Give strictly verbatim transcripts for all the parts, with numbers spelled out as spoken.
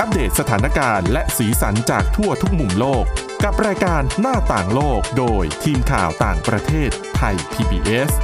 อัปเดตสถานการณ์และสีสันจากทั่วทุกมุมโลกกับรายการหน้าต่างโลกโดยทีมข่าวต่างประเทศไทย พี บี เอส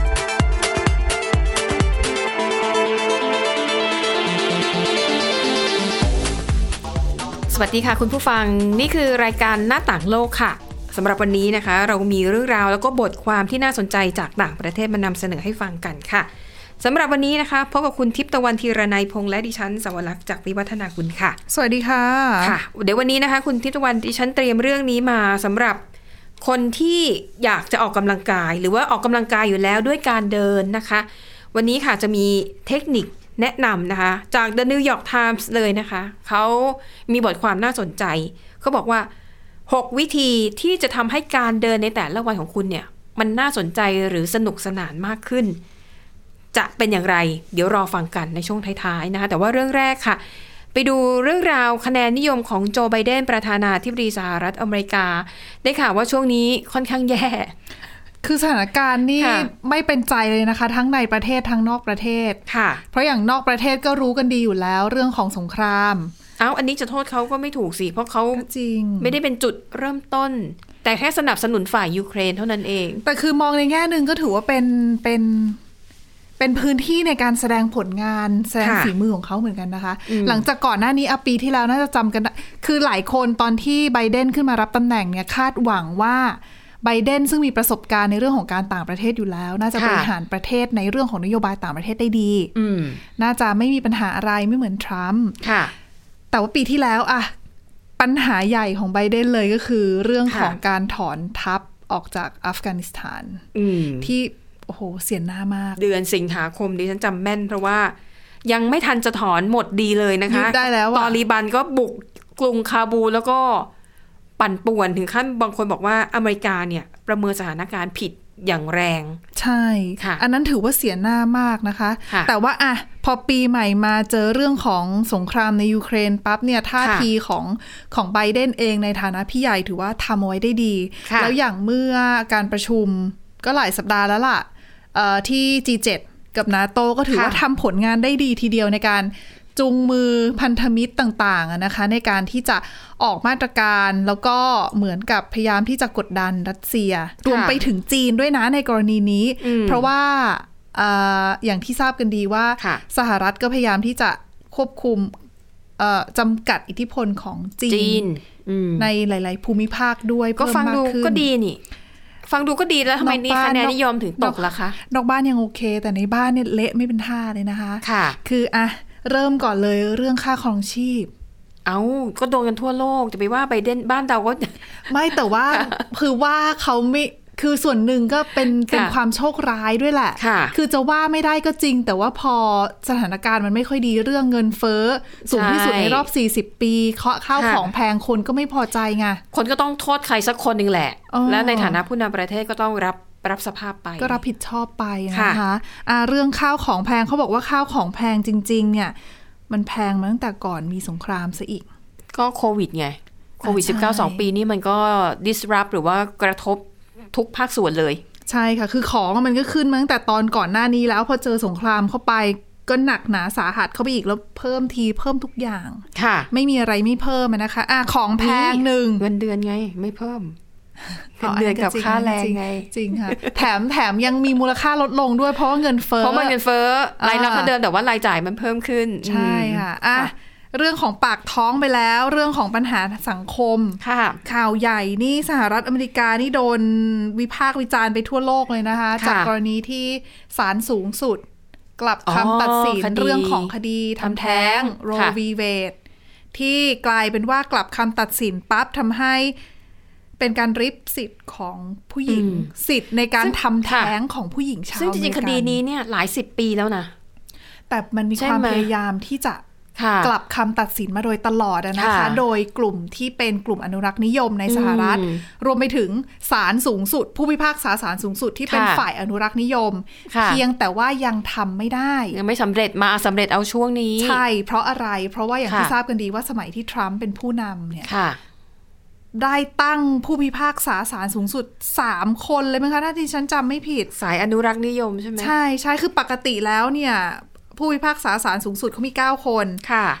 สวัสดีค่ะคุณผู้ฟังนี่คือรายการหน้าต่างโลกค่ะสำหรับวันนี้นะคะเรามีเรื่องราวแล้วก็บทความที่น่าสนใจจากต่างประเทศมานำเสนอให้ฟังกันค่ะสำหรับวันนี้นะคะพบกับคุณทิพย์ตะวันธีรนัยพงษ์และดิฉันสวรักษ์จากวิวัฒนาคุณค่ะสวัสดีค่ะค่ะเดี๋ยววันนี้นะคะคุณทิพย์ตะวันดิฉันเตรียมเรื่องนี้มาสำหรับคนที่อยากจะออกกำลังกายหรือว่าออกกำลังกายอยู่แล้วด้วยการเดินนะคะวันนี้ค่ะจะมีเทคนิคแนะนำนะคะจาก The New York Times เลยนะคะเขามีบทความน่าสนใจเขาบอกว่าหกวิธีที่จะทำให้การเดินในแต่ละวันของคุณเนี่ยมันน่าสนใจหรือสนุกสนานมากขึ้นจะเป็นอย่างไรเดี๋ยวรอฟังกันในช่วงท้ายๆนะคะแต่ว่าเรื่องแรกค่ะไปดูเรื่องราวคะแนนนิยมของโจไบเดนประธานาธิบดีสหรัฐอเมริกาได้ข่าวว่าช่วงนี้ค่อนข้างแย่คือสถานการณ์นี่ไม่เป็นใจเลยนะคะทั้งในประเทศทั้งนอกประเทศค่ะเพราะอย่างนอกประเทศก็รู้กันดีอยู่แล้วเรื่องของสงครามเอ้าอันนี้จะโทษเขาก็ไม่ถูกสิเพราะเขาจริงไม่ได้เป็นจุดเริ่มต้นแต่แค่สนับสนุนฝ่ายยูเครนเท่านั้นเองแต่คือมองในแง่นึงก็ถือว่าเป็นเป็นเป็นพื้นที่ในการแสดงผลงานแสดงฝีมือของเขาเหมือนกันนะคะหลังจากก่อนหน้านี้อ่ะปีที่แล้วน่าจะจำกันคือหลายคนตอนที่ไบเดนขึ้นมารับตำแหน่งเนี่ยคาดหวังว่าไบเดนซึ่งมีประสบการณ์ในเรื่องของการต่างประเทศอยู่แล้วน่าจะบริหารประเทศในเรื่องของนโยบายต่างประเทศได้ดีน่าจะไม่มีปัญหาอะไรไม่เหมือนทรัมป์แต่ว่าปีที่แล้วอะปัญหาใหญ่ของไบเดนเลยก็คือเรื่องของการถอนทัพออกจากอัฟกานิสถานที่โอ้โหเสียหน้ามากเดือนสิงหาคมดิฉันจำแม่นเพราะว่ายังไม่ทันจะถอนหมดดีเลยนะคะได้แล้วตอริบันก็บุกกรุงคาบูแล้วก็ปั่นป่วนถึงขั้นบางคนบอกว่าอเมริกาเนี่ยประเมินสถานการณ์ผิดอย่างแรงใช่อันนั้นถือว่าเสียหน้ามากนะคะแต่ว่าอะพอปีใหม่มาเจอเรื่องของสงครามในยูเครนปั๊บเนี่ยท่าทีของของไบเดนเองในฐานะพี่ใหญ่ถือว่าทำเอาไว้ได้ดีแล้วอย่างเมื่อการประชุมก็หลายสัปดาห์แล้วล่ะที่ จี เซเว่น กับ NATO ก็ถือว่าทำผลงานได้ดีทีเดียวในการจูงมือพันธมิตรต่างๆนะคะในการที่จะออกมาตรการแล้วก็เหมือนกับพยายามที่จะกดดันรัสเซียรวมไปถึงจีนด้วยนะในกรณีนี้เพราะว่า อ, อย่างที่ทราบกันดีว่าสหรัฐก็พยายามที่จะควบคุมจำกัดอิทธิพลของจีนในหลายๆภูมิภาคด้วยก็ฟังดูก็ดีนี่ฟังดูก็ดีแล้วทำไมนี่คะแนนนิยมถึงตกล่ะคะนอกบ้านยังโอเคแต่ในบ้านเนี่ยเละไม่เป็นท่าเลยนะคะค่ะคืออะเริ่มก่อนเลยเรื่องค่าครองชีพเอาก็โดนกันทั่วโลกจะไปว่าไบเดนบ้านเราก็ไม่แต่ว่า คือว่าเขาไม่คือส่วนหนึ่งก็เป็นเป็นความโชคร้ายด้วยแหละคือจะว่าไม่ได้ก็จริงแต่ว่าพอสถานการณ์มันไม่ค่อยดีเรื่องเงินเฟ้อสูงที่สุดในรอบสี่สิบปีเคาะข้าวของแพงคนก็ไม่พอใจไงคนก็ต้องโทษใครสักคนนึงแหละและในฐานะผู้นำประเทศก็ต้องรับรับสภาพไปก็รับผิดชอบไปนะคะะเรื่องข้าวของแพงเขาบอกว่าข้าวของแพงจริงๆเนี่ยมันแพงมาตั้งแต่ก่อนมีสงครามซะอีกก็โควิดไงโควิด สิบเก้า สองปีนี้มันก็ disrupt หรือว่ากระทบทุกภาคส่วนเลยใช่ค่ะคือของมันก็ขึ้นมาตั้งแต่ตอนก่อนหน้านี้แล้วพอเจอสงครามเข้าไปก็หนักหนาสาหัสเข้าไปอีกแล้วเพิ่มทีเพิ่มทุกอย่างค่ะไม่มีอะไรไม่เพิ่มนะคะอ่ะของแพงหนึ่งเงินเดือนไงไม่เพิ่มเงินเดือนกับค่าแรงไงจริงค่ะแถมแถมยังมีมูลค่าลดลงด้วยเพราะว่าเงินเฟ้อเพราะมันเงินเฟ้อรายรับเท่าเดิมแต่ว่ารายจ่ายมันเพิ่มขึ้นใช่ค่ะอ่ะเรื่องของปากท้องไปแล้วเรื่องของปัญหาสังคมข่าวใหญ่นี่สหรัฐอเมริกานี่โดนวิพากษ์วิจารณ์ไปทั่วโลกเลยนะคะจากกรณีที่ศาลสูงสุดกลับคำตัดสินเรื่องของคดีทำแท้งโรวีเวดที่กลายเป็นว่ากลับคำตัดสินปั๊บทำให้เป็นการริบสิทธิ์ของผู้หญิงสิทธิ์ในการทำแท้งของผู้หญิงชาวอเมริกันซึ่งจริงๆคดีนี้เนี่ยหลายสิบปีแล้วนะแต่มันมีความพยายามที่จะกลับคำตัดสินมาโดยตลอดนะคะโดยกลุ่มที่เป็นกลุ่มอนุรักษ์นิยมในสหรัฐรวมไปถึงศาลสูงสุดผู้พิพากษาศาลสูงสุดที่เป็นฝ่ายอนุรักษ์นิยมเพียงแต่ว่ายังทำไม่ได้ยังไม่สำเร็จมาสำเร็จเอาช่วงนี้ใช่เพราะอะไรเพราะว่าอย่างที่ทราบกันดีว่าสมัยที่ทรัมป์เป็นผู้นำเนี่ยได้ตั้งผู้พิพากษาศาลสูงสุดสามคนเลยมั้งคะถ้าที่ฉันจำไม่ผิดสายอนุรักษ์นิยมใช่ไหมใช่ใช่คือปกติแล้วเนี่ยผู้พิพากษาศาลสูงสุดเขามีเก้าคนค่ะ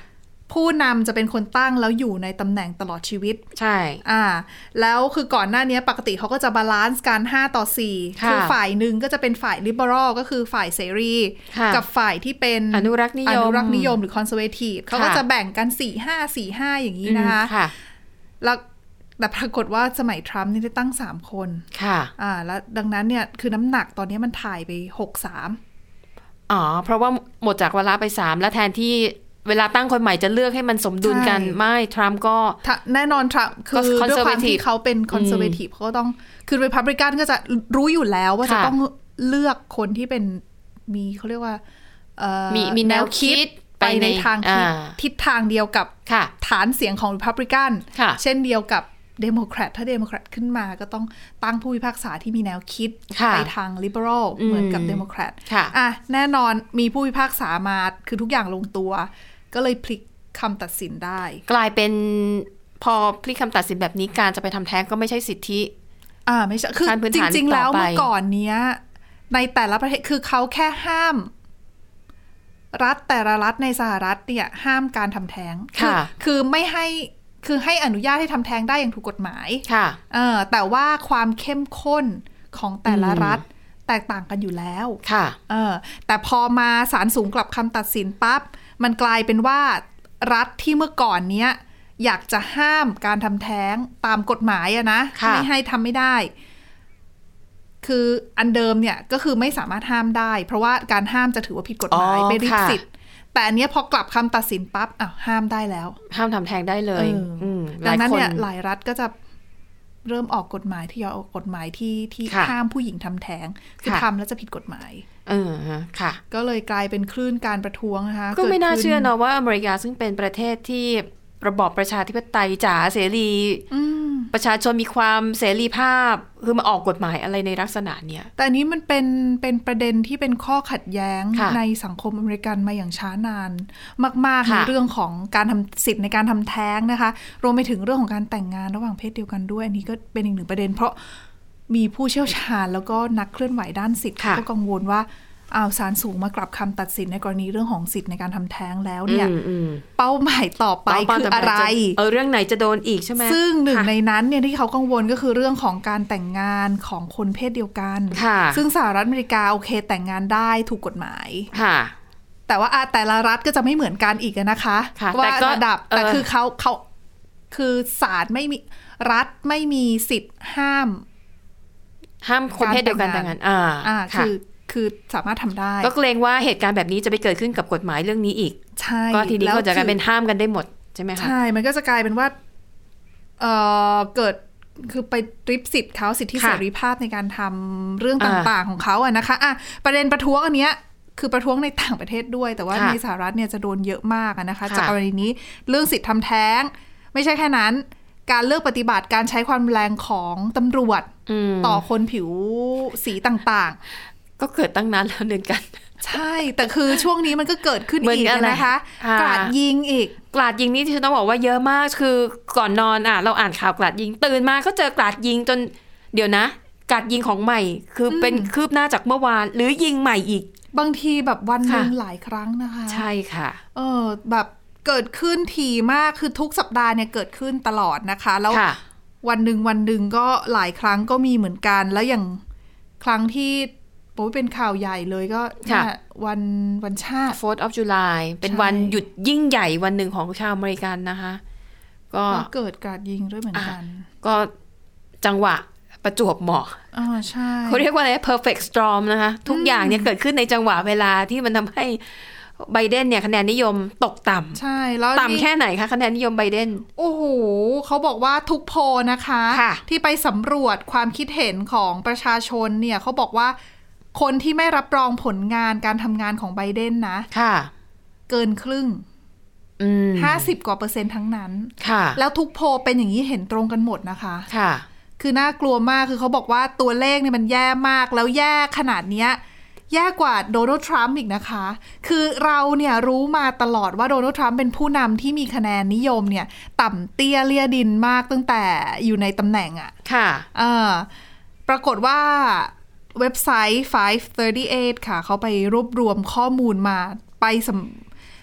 ผู้นำจะเป็นคนตั้งแล้วอยู่ในตำแหน่งตลอดชีวิตใช่อ่าแล้วคือก่อนหน้านี้ปกติเขาก็จะบาลานซ์กันห้าต่อสี่ คือฝ่ายหนึ่งก็จะเป็นฝ่าย liberal ก็คือฝ่ายเสรีกับฝ่ายที่เป็นอนุรักษ์นิยมอนุรักษ์นิยมหรือ conservative เขาก็จะแบ่งกัน สี่ห้า สี่ห้า อย่างนี้นะคะแล้วแต่ปรากฏว่าสมัยทรัมป์นี่ได้ตั้งสามคนค่ะอ่าแล้วดังนั้นเนี่ยคือน้ำหนักตอนนี้มันถ่ายไปหกสามอ๋อเพราะว่าหมดจากเวลาไปสามแล้วแทนที่เวลาตั้งคนใหม่จะเลือกให้มันสมดุลกันไม่ทรัมป์ก็แน่นอนทรัมป์คือด้วยความที่เขาเป็นคอนเซอร์เวทีฟเขาก็ต้องคือรีพับลิกันก็จะรู้อยู่แล้วว่าจะต้องเลือกคนที่เป็นมีเขาเรียกว่ามีมีแนวคิดไปในทางทิศทางเดียวกับฐานเสียงของรีพับลิกันเช่นเดียวกับเดโมแครตถ้าเดโมแครตขึ้นมาก็ต้องตั้งผู้พิพากษาที่มีแนวคิดไปทางลิเบอรัลเหมือนกับเดโมแครตอ่ะแน่นอนมีผู้พิพากษามาคือทุกอย่างลงตัวก็เลยพลิกคำตัดสินได้กลายเป็นพอพลิกคำตัดสินแบบนี้การจะไปทำแท้งก็ไม่ใช่สิทธิอ่าไม่ใช่คือจริงๆแล้วเมื่อก่อนเนี้ยในแต่ละประเทศคือเขาแค่ห้ามรัฐแต่ละรัฐในสหรัฐเนี่ยห้ามการทำแท้งคือคือไม่ให้คือให้อนุญาตให้ทำแท้งได้อย่างถูกกฎหมายค่ะเออแต่ว่าความเข้มข้นของแต่ละรัฐแตกต่างกันอยู่แล้วค่ะเออแต่พอมาศาลสูงกลับคำตัดสินปั๊บมันกลายเป็นว่ารัฐที่เมื่อก่อนเนี้ยอยากจะห้ามการทำแท้งตามกฎหมายอะนะไม่ให้ทำไม่ได้คืออันเดิมเนี่ยก็คือไม่สามารถห้ามได้เพราะว่าการห้ามจะถือว่าผิดกฎหมายไม่ริบสิทธิ์แต่อันเนี้ยพอกลับคำตัดสินปั๊บอ้าวห้ามได้แล้วห้ามทำแท้งได้เลยดังนั้นเนี่ยหลายรัฐก็จะเริ่มออกกฎหมายที่ออกกฎหมายที่ที่ห้ามผู้หญิงทำแท้งคือทำแล้วจะผิดกฎหมายเออค่ะก็เลยกลายเป็นคลื่นการประท้วงนะคะก็ไม่น่าเชื่อเนาะว่าอเมริกาซึ่งเป็นประเทศที่ระบอบประชาธิปไตยจ๋าเสรีประชาชนมีความเสรีภาพคือมาออกกฎหมายอะไรในลักษณะเนี้ยแต่อันนี้มันเป็นเป็นประเด็นที่เป็นข้อขัดแย้งในสังคมอเมริกันมาอย่างช้านานมากๆในเรื่องของการทำสิทธิ์ในการทำแท้งนะคะรวมไปถึงเรื่องของการแต่งงานระหว่างเพศเดียวกันด้วยอันนี้ก็เป็นอีกหนึ่งประเด็นเพราะมีผู้เชี่ยวชาญแล้วก็นักเคลื่อนไหวด้านสิทธิ์ก็กังวลว่าเอาศาลสูงมากลับคำตัดสินในกรณีเรื่องของสิทธิ์ในการทำแท้งแล้วเนี่ยเป้าหมายต่อไปคืออะไรเออเรื่องไหนจะโดนอีกใช่ไหมซึ่งหนึ่งในนั้นเนี่ยที่เขากังวลก็คือเรื่องของการแต่งงานของคนเพศเดียวกันซึ่งสหรัฐอเมริกาโอเคแต่งงานได้ถูกกฎหมายแต่ว่าแต่ละรัฐก็จะไม่เหมือนกันอีกนะคะว่าระดับแต่คือเขาเขาคือศาลไม่มีรัฐไม่มีสิทธิ์ห้ามห้ามคนเพศเดียวกันแต่งงานอ่าอ่าคือคือสามารถทำได้ก็เกรงว่าเหตุการณ์แบบนี้จะไปเกิดขึ้นกับกฎหมายเรื่องนี้อีกใช่ก็ทีนี้ก็จะกลายเป็นห้ามกันได้หมดใช่ไหมคะใช่มันก็จะกลายเป็นว่าเอ่อเกิดคือไปริบสิทธิ์เขาสิทธิเสรีภาพในการทำเรื่องต่างๆของเขาอะนะคะอ่ะประเด็นประท้วงอันเนี้ยคือประท้วงในต่างประเทศด้วยแต่ว่าในสหรัฐเนี่ยจะโดนเยอะมากนะคะจากกรณีนี้เรื่องสิทธิทำแท้งไม่ใช่แค่นั้นการเลือกปฏิบัติการใช้ความแรงของตำรวจต่อคนผิวสีต่างๆก็เกิดตั้งนานแล้วเดือนกันใช่แต่คือช่วงนี้มันก็เกิดขึ้นอีกนะคะกราดยิงอีกกราดยิงนี่ที่ฉันต้องบอกว่าเยอะมากคือก่อนนอนอ่ะเราอ่านข่าวกราดยิงตื่นมาก็เจอกราดยิงจนเดี๋ยวนะกราดยิงของใหม่คือเป็นคืบหน้าจากเมื่อวานหรือยิงใหม่อีกบางทีแบบวันนึงหลายครั้งนะคะใช่ค่ะเออแบบเกิดขึ้นถี่มากคือทุกสัปดาห์เนี่ยเกิดขึ้นตลอดนะคะแล้ววันนึงวันนึงก็หลายครั้งก็มีเหมือนกันแล้วอย่างครั้งที่โอ้ยเป็นข่าวใหญ่เลยก็วันวันชาติโฟร์ธ of July เป็นวันหยุดยิ่งใหญ่วันหนึ่งของชาวอเมริกันนะคะก็เกิดการยิงด้วยเหมือนกันก็จังหวะประจวบเหมาะอ๋อใช่เขาเรียกว่าอะไร perfect storm นะคะทุกอย่างเนี่ยเกิดขึ้นในจังหวะเวลาที่มันทำให้ไบเดนเนี่ยคะแนนนิยมตกต่ำใช่แล้วต่ำแค่ไหนคะคะแนนนิยมไบเดนโอ้โหเขาบอกว่าทุกโพลนะคะที่ไปสำรวจความคิดเห็นของประชาชนเนี่ยเขาบอกว่าคนที่ไม่รับรองผลงานการทำงานของไบเดนนะค่ะเกินครึ่งห้าสิบกว่าเปอร์เซ็นต์ทั้งนั้นค่ะแล้วทุกโพลเป็นอย่างนี้เห็นตรงกันหมดนะคะค่ะคือน่ากลัวมากคือเขาบอกว่าตัวเลขเนี่ยมันแย่มากแล้วแย่ขนาดเนี้ยแย่กว่าโดนัลด์ทรัมป์อีกนะคะคือเราเนี่ยรู้มาตลอดว่าโดนัลด์ทรัมป์เป็นผู้นำที่มีคะแนนนิยมเนี่ยต่ำเตี้ยเลี่ยดินมากตั้งแต่อยู่ในตำแหน่งอ่ะค่ะเออปรากฏว่าเว็บไซต์ไฟว์ สามสิบแปดค่ะเขาไปรวบรวมข้อมูลมาไป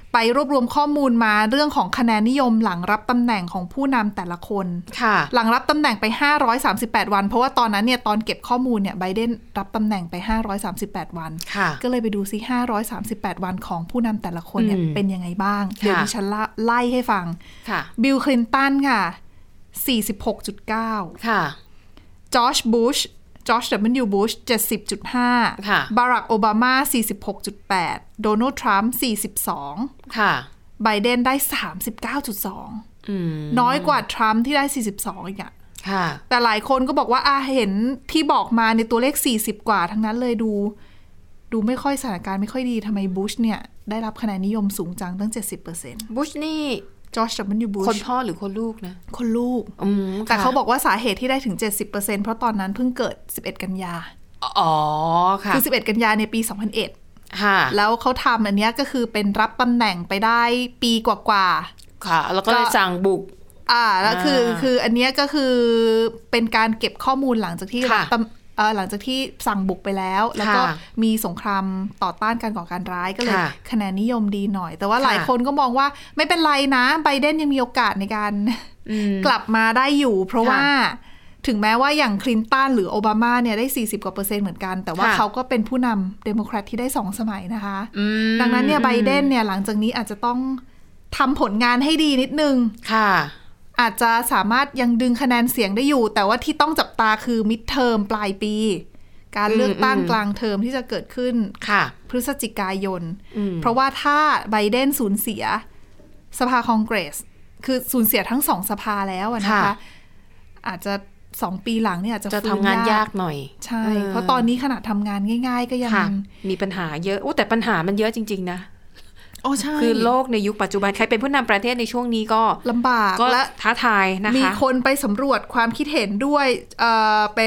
ไปรวบรวมข้อมูลมาเรื่องของคะแนนนิยมหลังรับตำแหน่งของผู้นำแต่ละคนหลังรับตำแหน่งไปห้าร้อยสามสิบแปดวันเพราะว่าตอนนั้นเนี่ยตอนเก็บข้อมูลเนี่ยไบเดนรับตำแหน่งไปห้าร้อยสามสิบแปดวันก็เลยไปดูซิห้าร้อยสามสิบแปดวันของผู้นำแต่ละคนเนี่ยเป็นยังไงบ้างเดี๋ยวดิฉันไล่ให้ฟังบิลคลินตันค่ะ สี่สิบหกจุดเก้า ค่ะจอร์จบุชจอร์จ ดับเบิลยู บุช เจ็ดสิบจุดห้า ค่ะบารักโอบามา สี่สิบหกจุดแปด โดนัลด์ทรัมป์ สี่สิบสอง ค่ะไบเดนได้ สามสิบเก้าจุดสอง อืมน้อยกว่าทรัมป์ที่ได้ สี่สิบสอง อีกอ่ะค่ะแต่หลายคนก็บอกว่าอ่ะเห็นที่บอกมาในตัวเลขสี่สิบกว่าทั้งนั้นเลยดูดูไม่ค่อยสถานการณ์ไม่ค่อยดีทำไมบุชเนี่ยได้รับคะแนนนิยมสูงจังตั้ง เจ็ดสิบเปอร์เซ็นต์บุชนี่จอร์จ ดับเบิลยู บุชคนพ่อหรือคนลูกนะคนลูกแต่เขาบอกว่าสาเหตุที่ได้ถึง เจ็ดสิบเปอร์เซ็นต์ เพราะตอนนั้นเพิ่งเกิดสิบเอ็ดกันยาอ๋อค่ะคือสิบเอ็ดกันยาในปี สองพันเอ็ด ค่ะแล้วเขาทำอันนี้ก็คือเป็นรับตำแหน่งไปได้ปีกว่าๆค่ะแล้วก็เลยสั่งบุกอ่าแล้วคือคืออันนี้ก็คือเป็นการเก็บข้อมูลหลังจากที่รับหลังจากที่สั่งบุกไปแล้วแล้วก็มีสงครามต่อต้านการก่อการร้ายก็เลยคะแนนนิยมดีหน่อยแต่ว่าหลายคนก็มองว่าไม่เป็นไรนะไบเดนยังมีโอกาสในการกลับมาได้อยู่เพราะว่าถึงแม้ว่าอย่างคลินตันหรือโอบามาเนี่ยได้สี่สิบกว่าเปอร์เซ็นต์เหมือนกันแต่ว่าเขาก็เป็นผู้นำเดโมแครตที่ได้สองสมัยนะคะดังนั้นเนี่ยไบเดนเนี่ยหลังจากนี้อาจจะต้องทำผลงานให้ดีนิดนึงค่ะอาจจะสามารถยังดึงคะแนนเสียงได้อยู่แต่ว่าที่ต้องจับตาคือมิดเทอมปลายปีการเลือกตั้งกลางเทอมที่จะเกิดขึ้นพฤศจิกายนเพราะว่าถ้าไบเดนสูญเสียสภาคองเกรสคือสูญเสียทั้งสองสภาแล้วนะคะอาจจะสองปีหลังเนี่ยจะทำงานยากหน่อยใช่เพราะตอนนี้ขนาดทำงานง่ายๆก็ยังมีปัญหาเยอะโอ้แต่ปัญหามันเยอะจริงๆนะโอ้ใช่คือโลกในยุคปัจจุบันใครเป็นผู้นำประเทศในช่วงนี้ก็ลำบากและท้าทายนะคะมีคนไปสำรวจความคิดเห็นด้วยเอ่อเป็น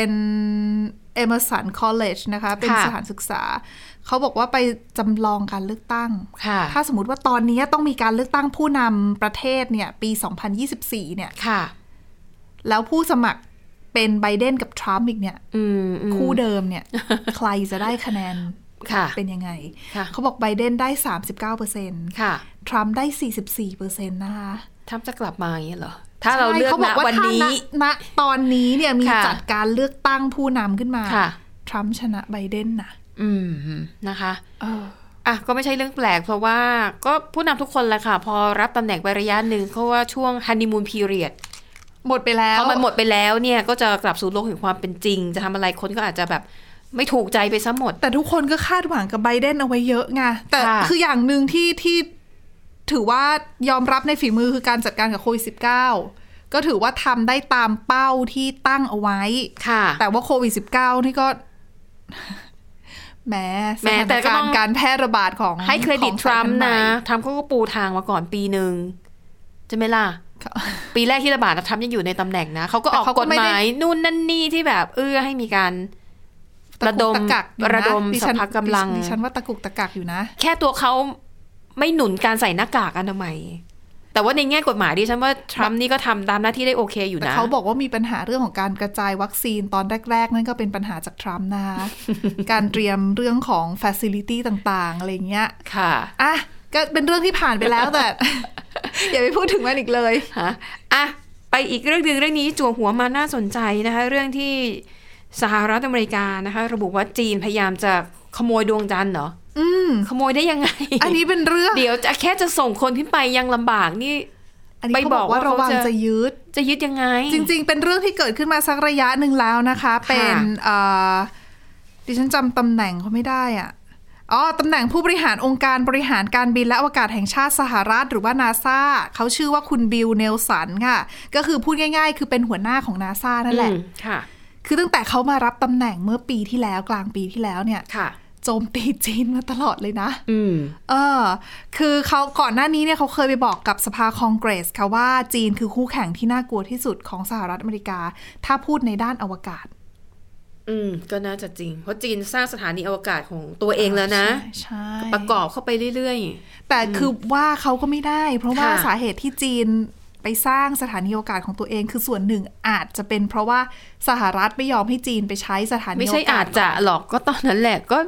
Emerson College นะคะเป็นสถานศึกษาเขาบอกว่าไปจำลองการเลือกตั้งถ้าสมมติว่าตอนนี้ต้องมีการเลือกตั้งผู้นำประเทศเนี่ยปีสองพันยี่สิบสี่เนี่ยแล้วผู้สมัครเป็นไบเดนกับทรัมป์อีกเนี่ยคู่เดิมเนี่ย ใครจะได้คะแนนเป็นยังไงเขาบอกไบเดนได้ สามสิบเก้าเปอร์เซ็นต์ ค่ะทรัมป์ได้ สี่สิบสี่เปอร์เซ็นต์ นะคะทรัมป์จะกลับมาอย่างนี้เหรอถ้าเราเลือกณวันนี้ณตอนนี้เนี่ยมีจัดการเลือกตั้งผู้นำขึ้นมาทรัมป์ชนะไบเดนนะอืมนะคะอ่ะก็ไม่ใช่เรื่องแปลกเพราะว่าก็ผู้นำทุกคนแหละค่ะพอรับตำแหน่งไประยะหนึ่งเพราะว่าช่วงฮันนีมูนพีเรียดหมดไปแล้วพอมันหมดไปแล้วเนี่ยก็จะกลับสู่โลกแห่งความเป็นจริงจะทำอะไรคนก็อาจจะแบบไม่ถูกใจไปซะหมดแต่ทุกคนก็คาดหวังกับไบเดนเอาไว้เยอะไงแต่คืออย่างหนึ่งที่ที่ถือว่ายอมรับในฝีมือคือการจัดการกับโควิด สิบเก้า ก็ถือว่าทำได้ตามเป้าที่ตั้งเอาไว้แต่ว่าโควิด สิบเก้า นี่ก็แม้สถานการณ์การแพร่ระบาดของให้เครดิตทรัมป์นะทรัมป์เขาก็ปูทางมาก่อนปีนึงใช่ไหมล่ะปีแรกที่ระบาดทรัมป์ยังอยู่ในตำแหน่งนะเขาก็ออกกฎหมายนู่นนั่นนี่ที่แบบเอื้อให้มีการระดมระดมสภากำลังดิฉันว่าตะกุกตะกักอยู่นะแค่ตัวเขาไม่หนุนการใส่หน้ากากอนามัยแต่ว่าในแง่กฎหมายดิฉันว่าทรัมป์นี่ก็ทำตามหน้าที่ได้โอเคอยู่นะแต่เขาบอกว่ามีปัญหาเรื่องของการกระจายวัคซีนตอนแรกๆนั่นก็เป็นปัญหาจากทรัมป์นะคะ การเตรียมเรื่องของ facility ต่างๆอะไรเงี้ยค่ะอ่ะก็เป็นเรื่องที่ผ่านไปแล้วแต่ อย่าไปพูดถึงมันอีกเลยฮะอ่ะไปอีกเรื่องนึงเรื่องนี้จั่วหัวมาน่าสนใจนะคะเรื่องที่สหรัฐอเมริกานะคะระบุว่าจีนพยายามจะขโมยดวงจันทร์เหรออืมขโมยได้ยังไงอันนี้เป็นเรื่องเดี๋ยวจะแค่จะส่งคนขึ้นไปยังลำบากนี่ไปบอกว่าระวังจะยึดจะยึดยังไงจริงๆเป็นเรื่องที่เกิดขึ้นมาสักระยะหนึ่งแล้วนะคะเป็นดิฉันจำตำแหน่งเขาไม่ได้อ่ะอ๋อตำแหน่งผู้บริหารองค์การบริหารการบินและอวกาศแห่งชาติสหรัฐหรือว่า นาซา เขาชื่อว่าคุณบิลเนลสันค่ะก็คือพูดง่ายๆคือเป็นหัวหน้าของ นาซา นั่นแหละค่ะคือตั้งแต่เขามารับตำแหน่งเมื่อปีที่แล้วกลางปีที่แล้วเนี่ยโจมตีจีนมาตลอดเลยนะอืมเออคือเขาก่อนหน้านี้เนี่ยเขาเคยไปบอกกับสภาคองเกรสค่ะว่าจีนคือคู่แข่งที่น่ากลัวที่สุดของสหรัฐอเมริกาถ้าพูดในด้านอวกาศอืมก็น่าจะจริงเพราะจีนสร้างสถานีอวกาศของตัวเองแล้วนะใช่ประกอบเข้าไปเรื่อยๆแต่คือว่าเขาก็ไม่ได้เพราะว่าสาเหตุที่จีนไปสร้างสถานีอวกาศของตัวเองคือส่วนหนึ่งอาจจะเป็นเพราะว่าสหรัฐไม่ยอมให้จีนไปใช้สถานีอวกาศไม่ใช่อาจจะหรอกก็ตอนนั้นแหละก็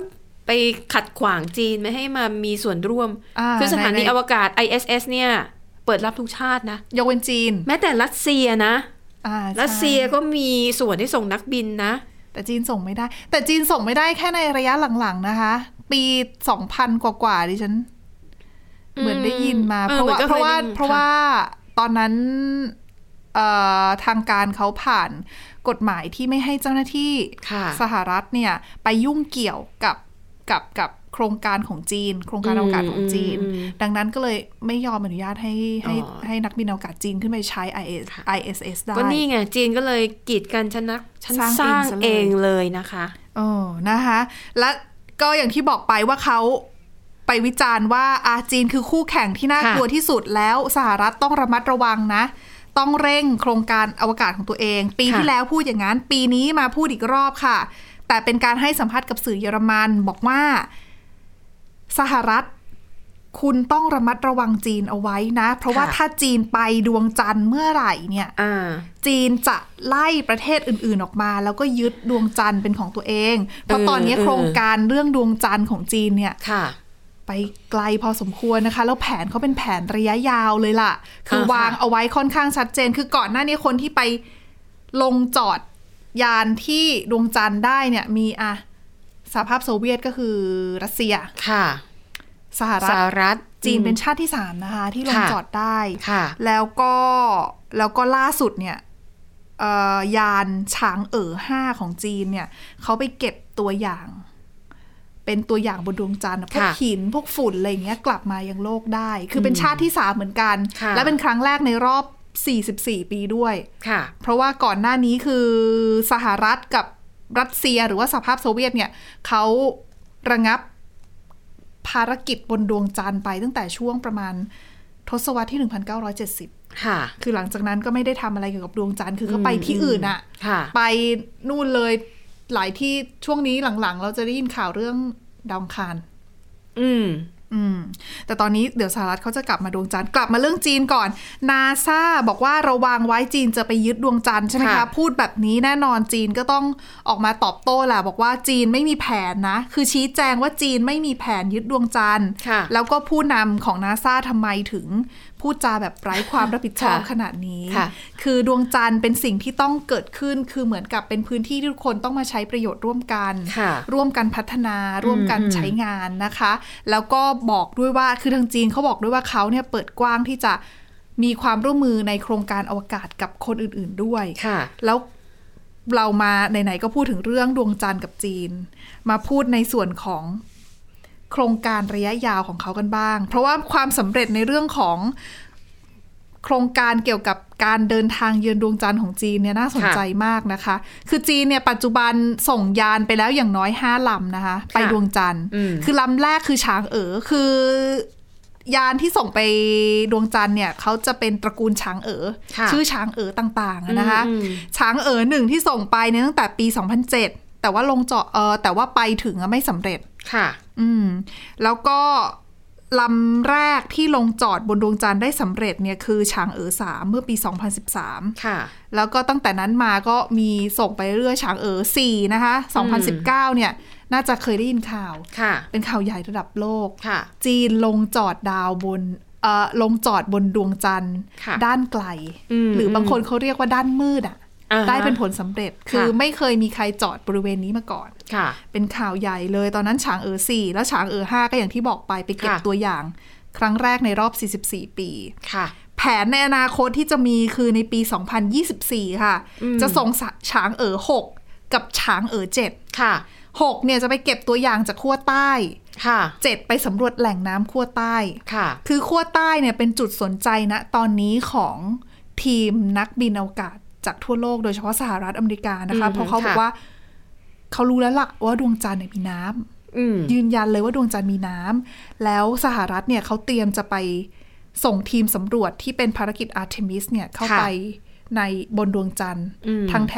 ไปขัดขวางจีนไม่ให้มามีส่วนร่วมคือสถานีอวกาศ ไอ เอส เอส เนี่ยเปิดรับทุกชาตินะยกเว้นจีนแม้แต่รัสเซียนะรัสเซียก็มีส่วนที่ส่งนักบินนะแต่จีนส่งไม่ได้แต่จีนส่งไม่ได้แค่ในระยะหลังๆนะคะปีสองพันกว่าๆดิฉันเหมือนได้ยินมาเพราะว่าเพราะว่าเพราะว่าตอนนั้นทางการเขาผ่านกฎหมายที่ไม่ให้เจ้าหน้าที่สหรัฐเนี่ยไปยุ่งเกี่ยวกับกับกับโครงการของจีนโครงการอวกาศของจีนดังนั้นก็เลยไม่ยอมอนุญาตให้ให้ให้นักบินอวกาศจีนขึ้นไปใช้ ไอ เอส เอส ได้ก็นี่ไงจีนก็เลยกีดกันฉันนักฉันสร้างเองเลยนะคะเออนะคะและก็อย่างที่บอกไปว่าเขาไปวิจารณ์ว่าอาจีนคือคู่แข่งที่น่ากลัวที่สุดแล้วสหรัฐต้องระมัดระวังนะต้องเร่งโครงการอวกาศของตัวเองปีที่แล้วพูดอย่างนั้นปีนี้มาพูดอีกรอบค่ะแต่เป็นการให้สัมภาษณ์กับสื่อเยอรมันบอกว่าสหรัฐคุณต้องระมัดระวังจีนเอาไว้นะเพราะว่าถ้าจีนไปดวงจันทร์เมื่อไหร่เนี่ยจีนจะไล่ประเทศอื่นๆออกมาแล้วก็ยึดดวงจันทร์เป็นของตัวเองเพราะตอนนี้โครงการเรื่องดวงจันทร์ของจีนเนี่ยไปไกลพอสมควรนะคะแล้วแผนเขาเป็นแผนระยะยาวเลยล่ะคือวางเอาไว้ค่อนข้างชัดเจนคือก่อนหน้านี้คนที่ไปลงจอดยานที่ดวงจันทร์ได้เนี่ยมีอะสหภาพโซเวียตก็คือรัสเซียค่ะสหรัฐรัฐจีนเป็นชาติที่สามนะคะที่ลงจอดได้แล้วก็แล้วก็ล่าสุดเนี่ยยานฉางเอ๋อห้าของจีนเนี่ยเขาไปเก็บตัวอย่างเป็นตัวอย่างบนดวงจันทร์พวกหินพวกฝุ่นอะไรอย่างเงี้ยกลับมายังโลกได้คือเป็นชาติที่สามเหมือนกันและเป็นครั้งแรกในรอบสี่สิบสี่ปีด้วยเพราะว่าก่อนหน้านี้คือสหรัฐกับรัสเซียหรือว่าสหภาพโซเวียตเนี่ยเขาระงับภารกิจบนดวงจันทร์ไปตั้งแต่ช่วงประมาณทศวรรษที่หนึ่งพันเก้าร้อยเจ็ดสิบค่ะคือหลังจากนั้นก็ไม่ได้ทำอะไรเกี่ยวกับดวงจันทร์คือเขาไปที่อื่นอะไปนู่นเลยหลายที่ช่วงนี้หลังๆเราจะได้ยินข่าวเรื่องดาวอังคารอืมอืมแต่ตอนนี้เดี๋ยวสหรัฐเขาจะกลับมาดวงจันทร์กลับมาเรื่องจีนก่อนนาซาบอกว่าระวังไว้จีนจะไปยึดดวงจันทร์ใช่ไหมคะพูดแบบนี้แน่นอนจีนก็ต้องออกมาตอบโต้แหละบอกว่าจีนไม่มีแผนนะคือชี้แจงว่าจีนไม่มีแผนยึดดวงจันทร์แล้วก็ผู้นำของนาซาทำไมถึงพูดจาแบบไร้ความรับผิดชอบขนาดนี้คือดวงจันทร์เป็นสิ่งที่ต้องเกิดขึ้นคือเหมือนกับเป็นพื้นที่ที่ทุกคนต้องมาใช้ประโยชน์ร่วมกันร่วมกันพัฒนาร่วมกันใช้งานนะคะแล้วก็บอกด้วยว่าคือทางจีนเขาบอกด้วยว่าเขาเนี่ยเปิดกว้างที่จะมีความร่วมมือในโครงการอวกาศกับคนอื่นๆด้วยแล้วเรามาไหนๆก็พูดถึงเรื่องดวงจันทร์กับจีนมาพูดในส่วนของโครงการระยะยาวของเขากันบ้างเพราะว่าความสำเร็จในเรื่องของโครงการเกี่ยวกับการเดินทางเยือนดวงจันทร์ของจีนเนี่ยน่าสนใจมากนะคะคือจีนเนี่ยปัจจุบันส่งยานไปแล้วอย่างน้อยห้าลำนะคะไปดวงจันทร์คือลำแรกคือฉางเอ๋อคือยานที่ส่งไปดวงจันทร์เนี่ยเขาจะเป็นตระกูลฉางเอ๋อชื่อฉางเอ๋อต่างๆนะคะฉางเอ๋อหนึ่งที่ส่งไปเนี่ยตั้งแต่ปีสองพันเจ็ดแต่ว่าลงเจาะเออแต่ว่าไปถึงไม่สำเร็จค่ะอืมแล้วก็ลำแรกที่ลงจอดบนดวงจันทร์ได้สำเร็จเนี่ยคือฉางเอ๋อสามเมื่อปีสองพันสิบสามค่ะแล้วก็ตั้งแต่นั้นมาก็มีส่งไปเรื่อยฉางเอ๋อสี่นะคะสองพันสิบเก้าเนี่ยน่าจะเคยได้ยินข่าวค่ะเป็นข่าวใหญ่ระดับโลกค่ะจีนลงจอดดาวบนเอ่อลงจอดบนดวงจันทร์ด้านไกลหรือบางคนเขาเรียกว่าด้านมืดอ่ะได้เป็นผลสำเร็จคือไม่เคยมีใครจอดบริเวณนี้มาก่อนเป็นข่าวใหญ่เลยตอนนั้นฉางเอ๋อสี่แล้วฉางเอ๋อห้าก็อย่างที่บอกไปไปเก็บตัวอย่างครั้งแรกในรอบสี่สิบสี่ปีแผนในอนาคตที่จะมีคือในปีสองพันยี่สิบสี่ค่ะจะส่งฉางเอ๋อหกกับฉางเอ๋อเจ็ดค่ะหกเนี่ยจะไปเก็บตัวอย่างจากขั้วใต้ค่ะเจ็ดไปสำรวจแหล่งน้ำขั้วใต้ค่ะคือขั้วใต้เนี่ยเป็นจุดสนใจนะตอนนี้ของทีมนักบินอวกาศจากทั่วโลกโดยเฉพาะสหรัฐอเมริกานะคะเพราะเขาบอกว่าเขารู้แล้วล่ะว่าดวงจันทร์มีน้ำยืนยันเลยว่าดวงจันทร์มีน้ำแล้วสหรัฐเนี่ยเขาเตรียมจะไปส่งทีมสำรวจที่เป็นภารกิจ Artemis เนี่ยเข้าไปในบนดวงจันทร์ทางแถบขั้ว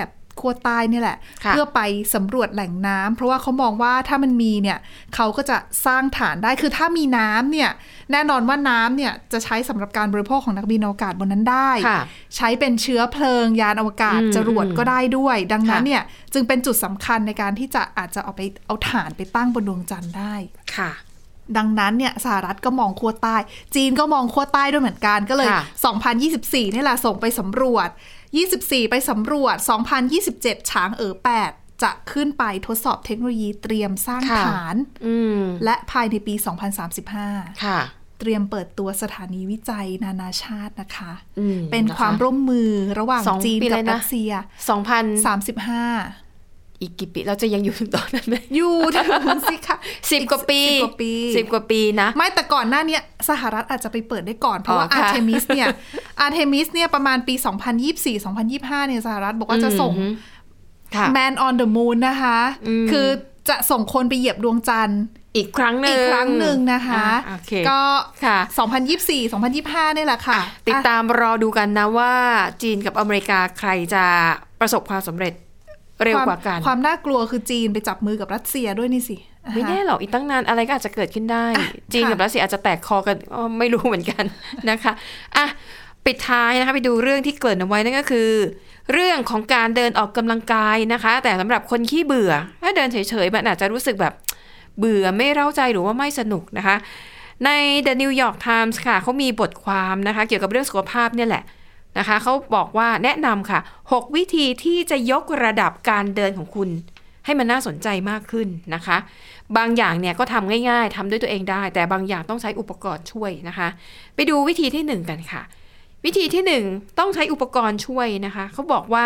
ขั้วใต้นี่แหละเพื่อไปสำรวจแหล่งน้ำเพราะว่าเขามองว่าถ้ามันมีเนี่ยเขาก็จะสร้างฐานได้คือถ้ามีน้ำเนี่ยแน่นอนว่าน้ำเนี่ยจะใช้สำหรับการบริโภคของนักบินอวกาศบนนั้นได้ใช้เป็นเชื้อเพลิงยานอวกาศจรวดก็ได้ด้วยดังนั้นเนี่ยจึงเป็นจุดสำคัญในการที่จะอาจจะเอาไปเอาฐานไปตั้งบนดวงจันทร์ได้ค่ะดังนั้นเนี่ยสหรัฐก็มองขั้วใต้จีนก็มองขั้วใต้ด้วยเหมือนกันก็เลยสองพันยี่สิบสี่นี่แหละส่งไปสำรวจยี่สิบสี่ไปสำรวจสองพันยี่สิบเจ็ดฉางเอ๋อแปดจะขึ้นไปทดสอบเทคโนโลยีเตรียมสร้างฐานและภายในปีสองพันสามสิบห้าค่ะเตรียมเปิดตัวสถานีวิจัยนานาชาตินะคะเป็นความร่วมมือระหว่างจีนกับรัสเซียสองพันสามสิบห้าอีกกี่ปีเราจะยังอยู่ถึงตอนนั้นไหมอยู่ถึงสิคะสิบกว่าปีสิบกว่าปีสิบกว่าปีนะไม่แต่ก่อนหน้านี้สหรัฐอาจจะไปเปิดได้ก่อนเพราะว่าอาร์เทมิสเนี่ยอาร์เทมิสเนี่ยประมาณปีสองพันยี่สิบสี่ สองพันยี่สิบห้าเนี่ยสหรัฐบอกว่าจะส่ง Man on the Moon นะคะคือจะส่งคนไปเหยียบดวงจันทร์อีกครั้งนึงอีกครั้งหนึ่งนะคะก็สองพันยี่สิบสี่ สองพันยี่สิบห้านี่แหละค่ะติดตามรอดูกันนะว่าจีนกับอเมริกาใครจะประสบความสำเร็จเร็วกว่ากันความน่ากลัวคือจีนไปจับมือกับรัสเซียด้วยนี่สิไม่แน่หรอกอีกตั้งนานอะไรก็อาจจะเกิดขึ้นได้จีนกับรัสเซียอาจจะแตกคอกันไม่รู้เหมือนกันนะคะอ่ะปิดท้ายนะคะไปดูเรื่องที่เกริ่นเอาไว้นั่นก็คือเรื่องของการเดินออกกำลังกายนะคะแต่สำหรับคนขี้เบื่อถ้าเดินเฉยๆมันอาจจะรู้สึกแบบเบื่อไม่เร้าใจหรือว่าไม่สนุกนะคะใน The New York Times ค่ะเขามีบทความนะคะเกี่ยวกับเรื่องสุขภาพเนี่ยแหละนะคะเขาบอกว่าแนะนำค่ะหกวิธีที่จะยกระดับการเดินของคุณให้มันน่าสนใจมากขึ้นนะคะบางอย่างเนี่ยก็ทำง่ายๆทำด้วยตัวเองได้แต่บางอย่างต้องใช้อุปกรณ์ช่วยนะคะไปดูวิธีที่หนึ่งกันค่ะวิธีที่หนึ่งต้องใช้อุปกรณ์ช่วยนะคะเขาบอกว่า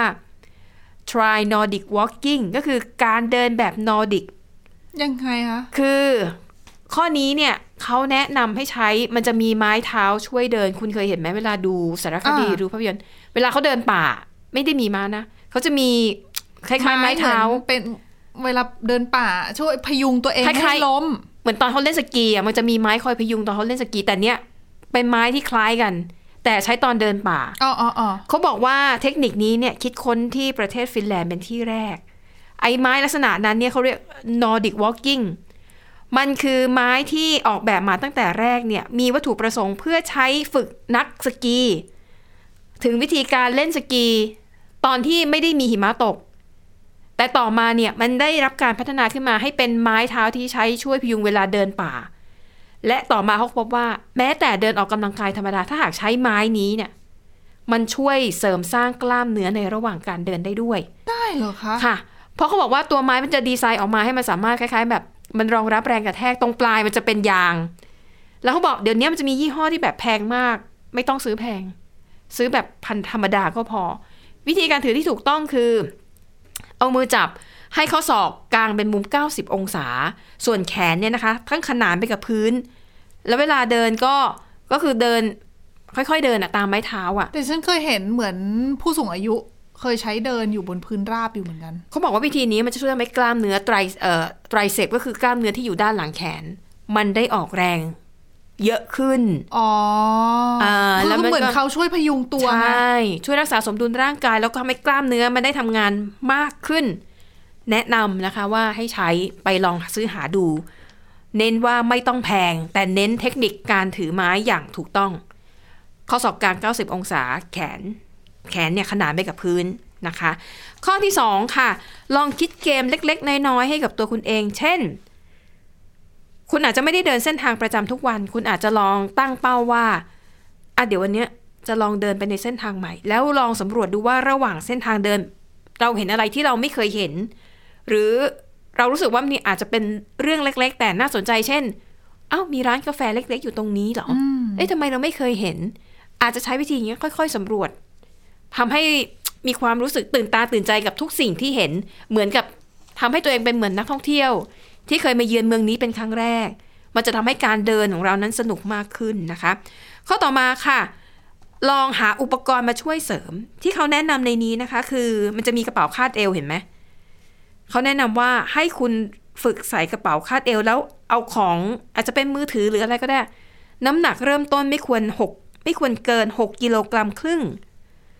try Nordic walking ก็คือการเดินแบบ Nordic ยังไงคะคือข้อนี้เนี่ยเขาแนะนำให้ใช้มันจะมีไม้เท้าช่วยเดินคุณเคยเห็นไหมเวลาดูสารคดีดูภาพยนตร์เวลาเขาเดินป่าไม่ได้มีม้านะเขาจะมีคล้ายๆไม้เท้าเป็นเวลาเดินป่าช่วยพยุงตัวเองให้ล้มเหมือนตอนเขาเล่นสกีอ่ะมันจะมีไม้คอยพยุงตอนเขาเล่นสกีแต่เนี้ยเป็นไม้ที่คล้ายกันแต่ใช้ตอนเดินป่าอ๋ออ๋อเขาบอกว่าเทคนิคนี้เนี่ยคิดค้นที่ประเทศฟินแลนด์เป็นที่แรกไอ้ไม้ลักษณะนั้นเนี่ยเขาเรียก Nordic walkingมันคือไม้ที่ออกแบบมาตั้งแต่แรกเนี่ยมีวัตถุประสงค์เพื่อใช้ฝึกนักสกีถึงวิธีการเล่นสกีตอนที่ไม่ได้มีหิมะตกแต่ต่อมาเนี่ยมันได้รับการพัฒนาขึ้นมาให้เป็นไม้เท้าที่ใช้ช่วยพยุงเวลาเดินป่าและต่อมาเขาพบว่าแม้แต่เดินออกกำลังกายธรรมดาถ้าหากใช้ไม้นี้เนี่ยมันช่วยเสริมสร้างกล้ามเนื้อในระหว่างการเดินได้ด้วยได้เหรอคะค่ะเพราะเขาบอกว่าตัวไม้มันจะดีไซน์ออกมาให้มันสามารถคล้ายๆแบบมันรองรับแรงกระแทกตรงปลายมันจะเป็นยางแล้วเขาบอกเดี๋ยวนี้มันจะมียี่ห้อที่แบบแพงมากไม่ต้องซื้อแพงซื้อแบบพันธรรมดาก็พอวิธีการถือที่ถูกต้องคือเอามือจับให้ข้อศอกกางเป็นมุมเก้าสิบองศาส่วนแขนเนี่ยนะคะทั้งขนานไปกับพื้นแล้วเวลาเดินก็ก็คือเดินค่อยๆเดินอะตามไม้เท้าอะแต่ฉันเคยเห็นเหมือนผู้สูงอายุเคยใช้เดินอยู่บนพื้นราบอยู่เหมือนกันเขาบอกว่าวิธีนี้มันจะช่วยทำให้กล้ามเนื้อไตรเอ่อไตรเซปก็คือกล้ามเนื้อที่อยู่ด้านหลังแขนมันได้ออกแรงเยอะขึ้นอ๋ออ่าแล้วเหมือนเขาช่วยพยุงตัวใช่ช่วยรักษาสมดุลร่างกายแล้วก็ทำให้กล้ามเนื้อมันได้ทำงานมากขึ้นแนะนำนะคะว่าให้ใช้ไปลองซื้อหาดูเน้นว่าไม่ต้องแพงแต่เน้นเทคนิคการถือไม้อย่างถูกต้องข้อศอกกลางเก้าสิบองศาแขนแขนเนี่ยขนานไปกับพื้นนะคะข้อที่สองค่ะลองคิดเกมเล็กๆน้อยๆให้กับตัวคุณเองเช่นคุณอาจจะไม่ได้เดินเส้นทางประจำทุกวันคุณอาจจะลองตั้งเป้าว่าอ่ะเดี๋ยววันนี้จะลองเดินไปในเส้นทางใหม่แล้วลองสำรวจดูว่าระหว่างเส้นทางเดินเราเห็นอะไรที่เราไม่เคยเห็นหรือเรารู้สึกว่ามันอาจจะเป็นเรื่องเล็กๆแต่น่าสนใจเช่นอ้าวมีร้านกาแฟเล็กๆอยู่ตรงนี้เหรอเอ๊ะทำไมเราไม่เคยเห็นอาจจะใช้วิธีอย่างนี้ค่อยๆสำรวจทำให้มีความรู้สึกตื่นตาตื่นใจกับทุกสิ่งที่เห็นเหมือนกับทำให้ตัวเองเป็นเหมือนนักท่องเที่ยวที่เคยมาเยือนเมืองนี้เป็นครั้งแรกมันจะทำให้การเดินของเรานั้นสนุกมากขึ้นนะคะข้อต่อมาค่ะลองหาอุปกรณ์มาช่วยเสริมที่เขาแนะนำในนี้นะคะคือมันจะมีกระเป๋าคาดเอวเห็นไหมเขาแนะนำว่าให้คุณฝึกใส่กระเป๋าคาดเอวแล้วเอาของอาจจะเป็นมือถือหรืออะไรก็ได้น้ำหนักเริ่มต้นไม่ควรหกไม่ควรเกินหกกิโลกรัมครึ่ง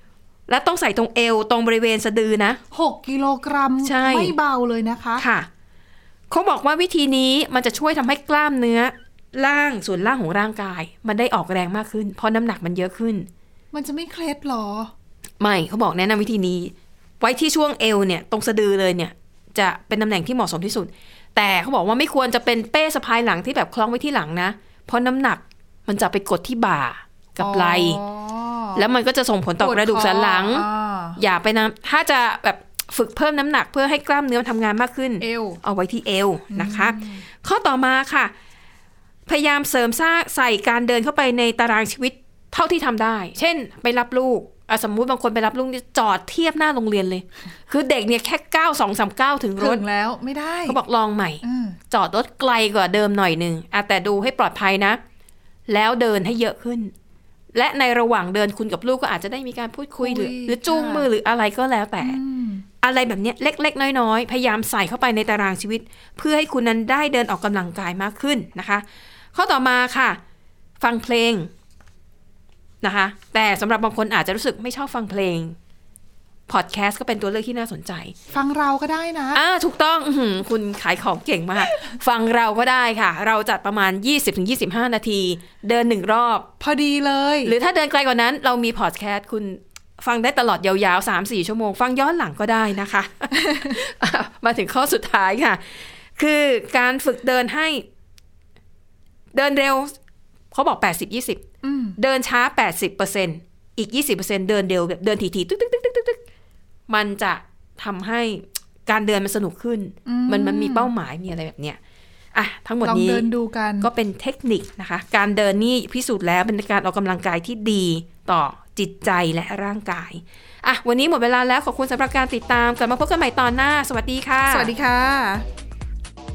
และต้องใส่ตรงเอวตรงบริเวณสะดือนะหกกิโลกรัมไม่เบาเลยนะคะค่ะเขาบอกว่าวิธีนี้มันจะช่วยทำให้กล้ามเนื้อล่างส่วนล่างของร่างกายมันได้ออกแรงมากขึ้นเพราะน้ำหนักมันเยอะขึ้นมันจะไม่เคล็ดหรอไม่เขาบอกแนะนำวิธีนี้ไว้ที่ช่วงเอวเนี่ยตรงสะดือเลยเนี่ยจะเป็นตำแหน่งที่เหมาะสมที่สุดแต่เขาบอกว่าไม่ควรจะเป็นเป้สะพายหลังที่แบบคล้องไว้ที่หลังนะเพราะน้ำหนักมันจะไปกดที่บ่ากับไหล่แล้วมันก็จะส่งผลต่อกระดูกสันหลังอย่าไปนะถ้าจะแบบฝึกเพิ่มน้ำหนักเพื่อให้กล้ามเนื้อทำงานมากขึ้นเอวเอาไว้ที่เอวนะคะข้อต่อมาค่ะพยายามเสริมสร้างใส่การเดินเข้าไปในตารางชีวิตเท่าที่ทำได้เช่นไปรับลูกสมมุติบางคนไปรับลูกจอดเทียบหน้าโรงเรียนเลยคือเด็กเนี่ยแค่เก้า สอง สาม เก้าถึงรถถึงแล้วไม่ได้เขาบอกลองใหม่จอดรถไกลกว่าเดิมหน่อยนึงแต่ดูให้ปลอดภัยนะแล้วเดินให้เยอะขึ้นและในระหว่างเดินคุณกับลูกก็อาจจะได้มีการพูดคุยหรือหรือจูงมือหรืออะไรก็แล้วแต่อะไรแบบนี้เล็กๆน้อยๆพยายามใส่เข้าไปในตารางชีวิตเพื่อให้คุณนั้นได้เดินออกกำลังกายมากขึ้นนะคะข้อต่อมาค่ะฟังเพลงนะคะแต่สำหรับบางคนอาจจะรู้สึกไม่ชอบฟังเพลงพอดแคสต์ก็เป็นตัวเลือกที่น่าสนใจฟังเราก็ได้นะอ่าถูกต้องคุณขายของเก่งมากฟังเราก็ได้ค่ะเราจัดประมาณ ยี่สิบถึงยี่สิบห้า นาทีเดินหนึ่งรอบพอดีเลยหรือถ้าเดินไกลกว่านั้นเรามีพอดแคสต์คุณฟังได้ตลอดยาวๆ สามถึงสี่ ชั่วโมงฟังย้อนหลังก็ได้นะคะ มาถึงข้อสุดท้ายค่ะคือการฝึกเดินให้เดินเร็วเขาบอก แปดสิบ ยี่สิบ เดินช้า แปดสิบเปอร์เซ็นต์ อีก ยี่สิบเปอร์เซ็นต์ เดินเร็วแบบเดินถี่ๆตึ๊กๆๆๆมันจะทำให้การเดินมันสนุกขึ้นมันมันมีเป้าหมายมีอะไรแบบเนี้ยอ่ะทั้งหมดนี้ก็เป็นเทคนิคนะคะการเดินนี่พิสูจน์แล้วเป็นการออกกำลังกายที่ดีต่อจิตใจและร่างกายอ่ะวันนี้หมดเวลาแล้วขอบคุณสำหรับการติดตามกลับมาพบกันใหม่ตอนหน้าสวัสดีค่ะสวัสดีค่ะ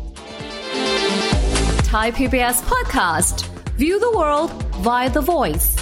Thai พี บี เอส Podcast View the world via The Voice